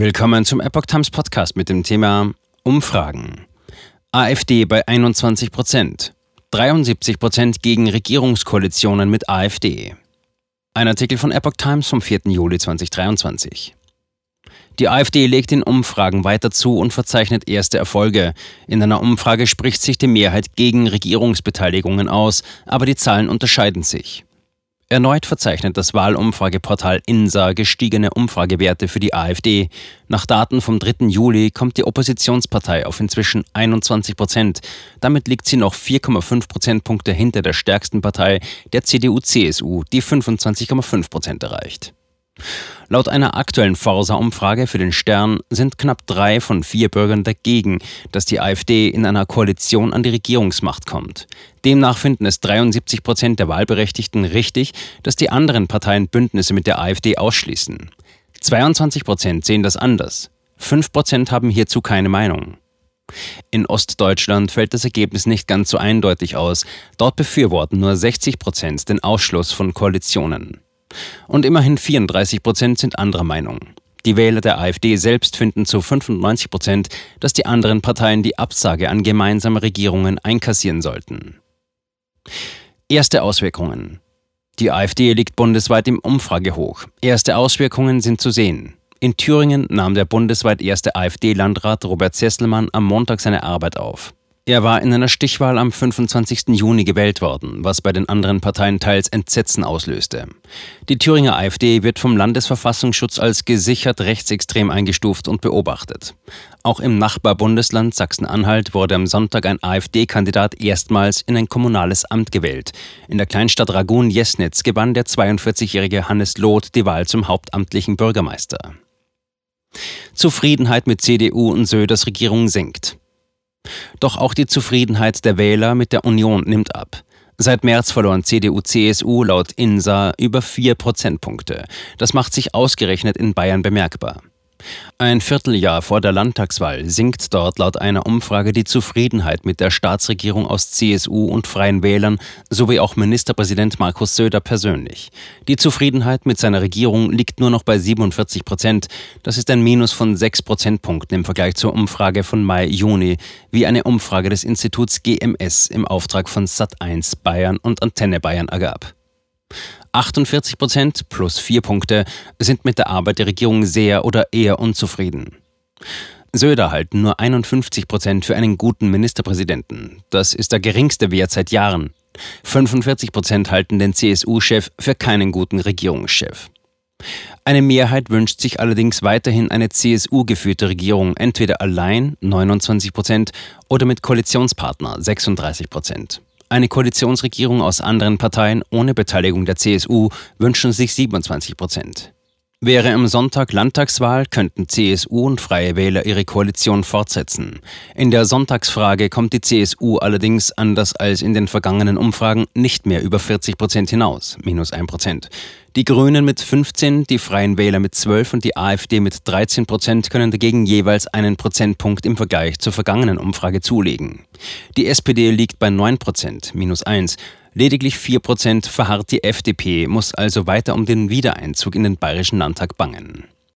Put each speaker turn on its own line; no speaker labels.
Willkommen zum Epoch Times Podcast mit dem Thema Umfragen. AfD bei 21%, 73% gegen Regierungskoalitionen mit AfD. Ein Artikel von Epoch Times vom 4. Juli 2023. Die AfD legt in Umfragen weiter zu und verzeichnet erste Erfolge. In einer Umfrage spricht sich die Mehrheit gegen Regierungsbeteiligungen aus, aber die Zahlen unterscheiden sich. Erneut verzeichnet das Wahlumfrageportal INSA gestiegene Umfragewerte für die AfD. Nach Daten vom 3. Juli kommt die Oppositionspartei auf inzwischen 21%. Damit liegt sie noch 4,5 Prozentpunkte hinter der stärksten Partei, der CDU/CSU, die 25,5% erreicht. Laut einer aktuellen Forsa-Umfrage für den Stern sind knapp 3 von 4 Bürgern dagegen, dass die AfD in einer Koalition an die Regierungsmacht kommt. Demnach finden es 73% der Wahlberechtigten richtig, dass die anderen Parteien Bündnisse mit der AfD ausschließen. 22% sehen das anders. 5% haben hierzu keine Meinung. In Ostdeutschland fällt das Ergebnis nicht ganz so eindeutig aus. Dort befürworten nur 60% den Ausschluss von Koalitionen. Und immerhin 34% sind anderer Meinung. Die Wähler der AfD selbst finden zu 95%, dass die anderen Parteien die Absage an gemeinsame Regierungen einkassieren sollten. Erste Auswirkungen. Die AfD liegt bundesweit im Umfragehoch. Erste Auswirkungen sind zu sehen. In Thüringen nahm der bundesweit erste AfD-Landrat Robert Sesselmann am Montag seine Arbeit auf. Er war in einer Stichwahl am 25. Juni gewählt worden, was bei den anderen Parteien teils Entsetzen auslöste. Die Thüringer AfD wird vom Landesverfassungsschutz als gesichert rechtsextrem eingestuft und beobachtet. Auch im Nachbarbundesland Sachsen-Anhalt wurde am Sonntag ein AfD-Kandidat erstmals in ein kommunales Amt gewählt. In der Kleinstadt Ragun-Jesnitz gewann der 42-jährige Hannes Loth die Wahl zum hauptamtlichen Bürgermeister. Zufriedenheit mit CDU und Söders Regierung sinkt. Doch auch die Zufriedenheit der Wähler mit der Union nimmt ab. Seit März verloren CDU/CSU laut INSA über 4 Prozentpunkte. Das macht sich ausgerechnet in Bayern bemerkbar. Ein Vierteljahr vor der Landtagswahl sinkt dort laut einer Umfrage die Zufriedenheit mit der Staatsregierung aus CSU und Freien Wählern sowie auch Ministerpräsident Markus Söder persönlich. Die Zufriedenheit mit seiner Regierung liegt nur noch bei 47%. Das ist ein Minus von 6 Prozentpunkten im Vergleich zur Umfrage von Mai-Juni, wie eine Umfrage des Instituts GMS im Auftrag von Sat.1 Bayern und Antenne Bayern ergab. 48% plus 4 Punkte sind mit der Arbeit der Regierung sehr oder eher unzufrieden. Söder halten nur 51% für einen guten Ministerpräsidenten. Das ist der geringste Wert seit Jahren. 45% halten den CSU-Chef für keinen guten Regierungschef. Eine Mehrheit wünscht sich allerdings weiterhin eine CSU-geführte Regierung, entweder allein 29% oder mit Koalitionspartner 36%. Eine Koalitionsregierung aus anderen Parteien ohne Beteiligung der CSU wünschen sich 27%. Wäre am Sonntag Landtagswahl, könnten CSU und Freie Wähler ihre Koalition fortsetzen. In der Sonntagsfrage kommt die CSU allerdings, anders als in den vergangenen Umfragen, nicht mehr über 40% hinaus, minus 1%. Die Grünen mit 15%, die Freien Wähler mit 12% und die AfD mit 13% können dagegen jeweils einen Prozentpunkt im Vergleich zur vergangenen Umfrage zulegen. Die SPD liegt bei 9%, minus 1%. Lediglich 4% verharrt die FDP, muss also weiter um den Wiedereinzug in den Bayerischen Landtag bangen.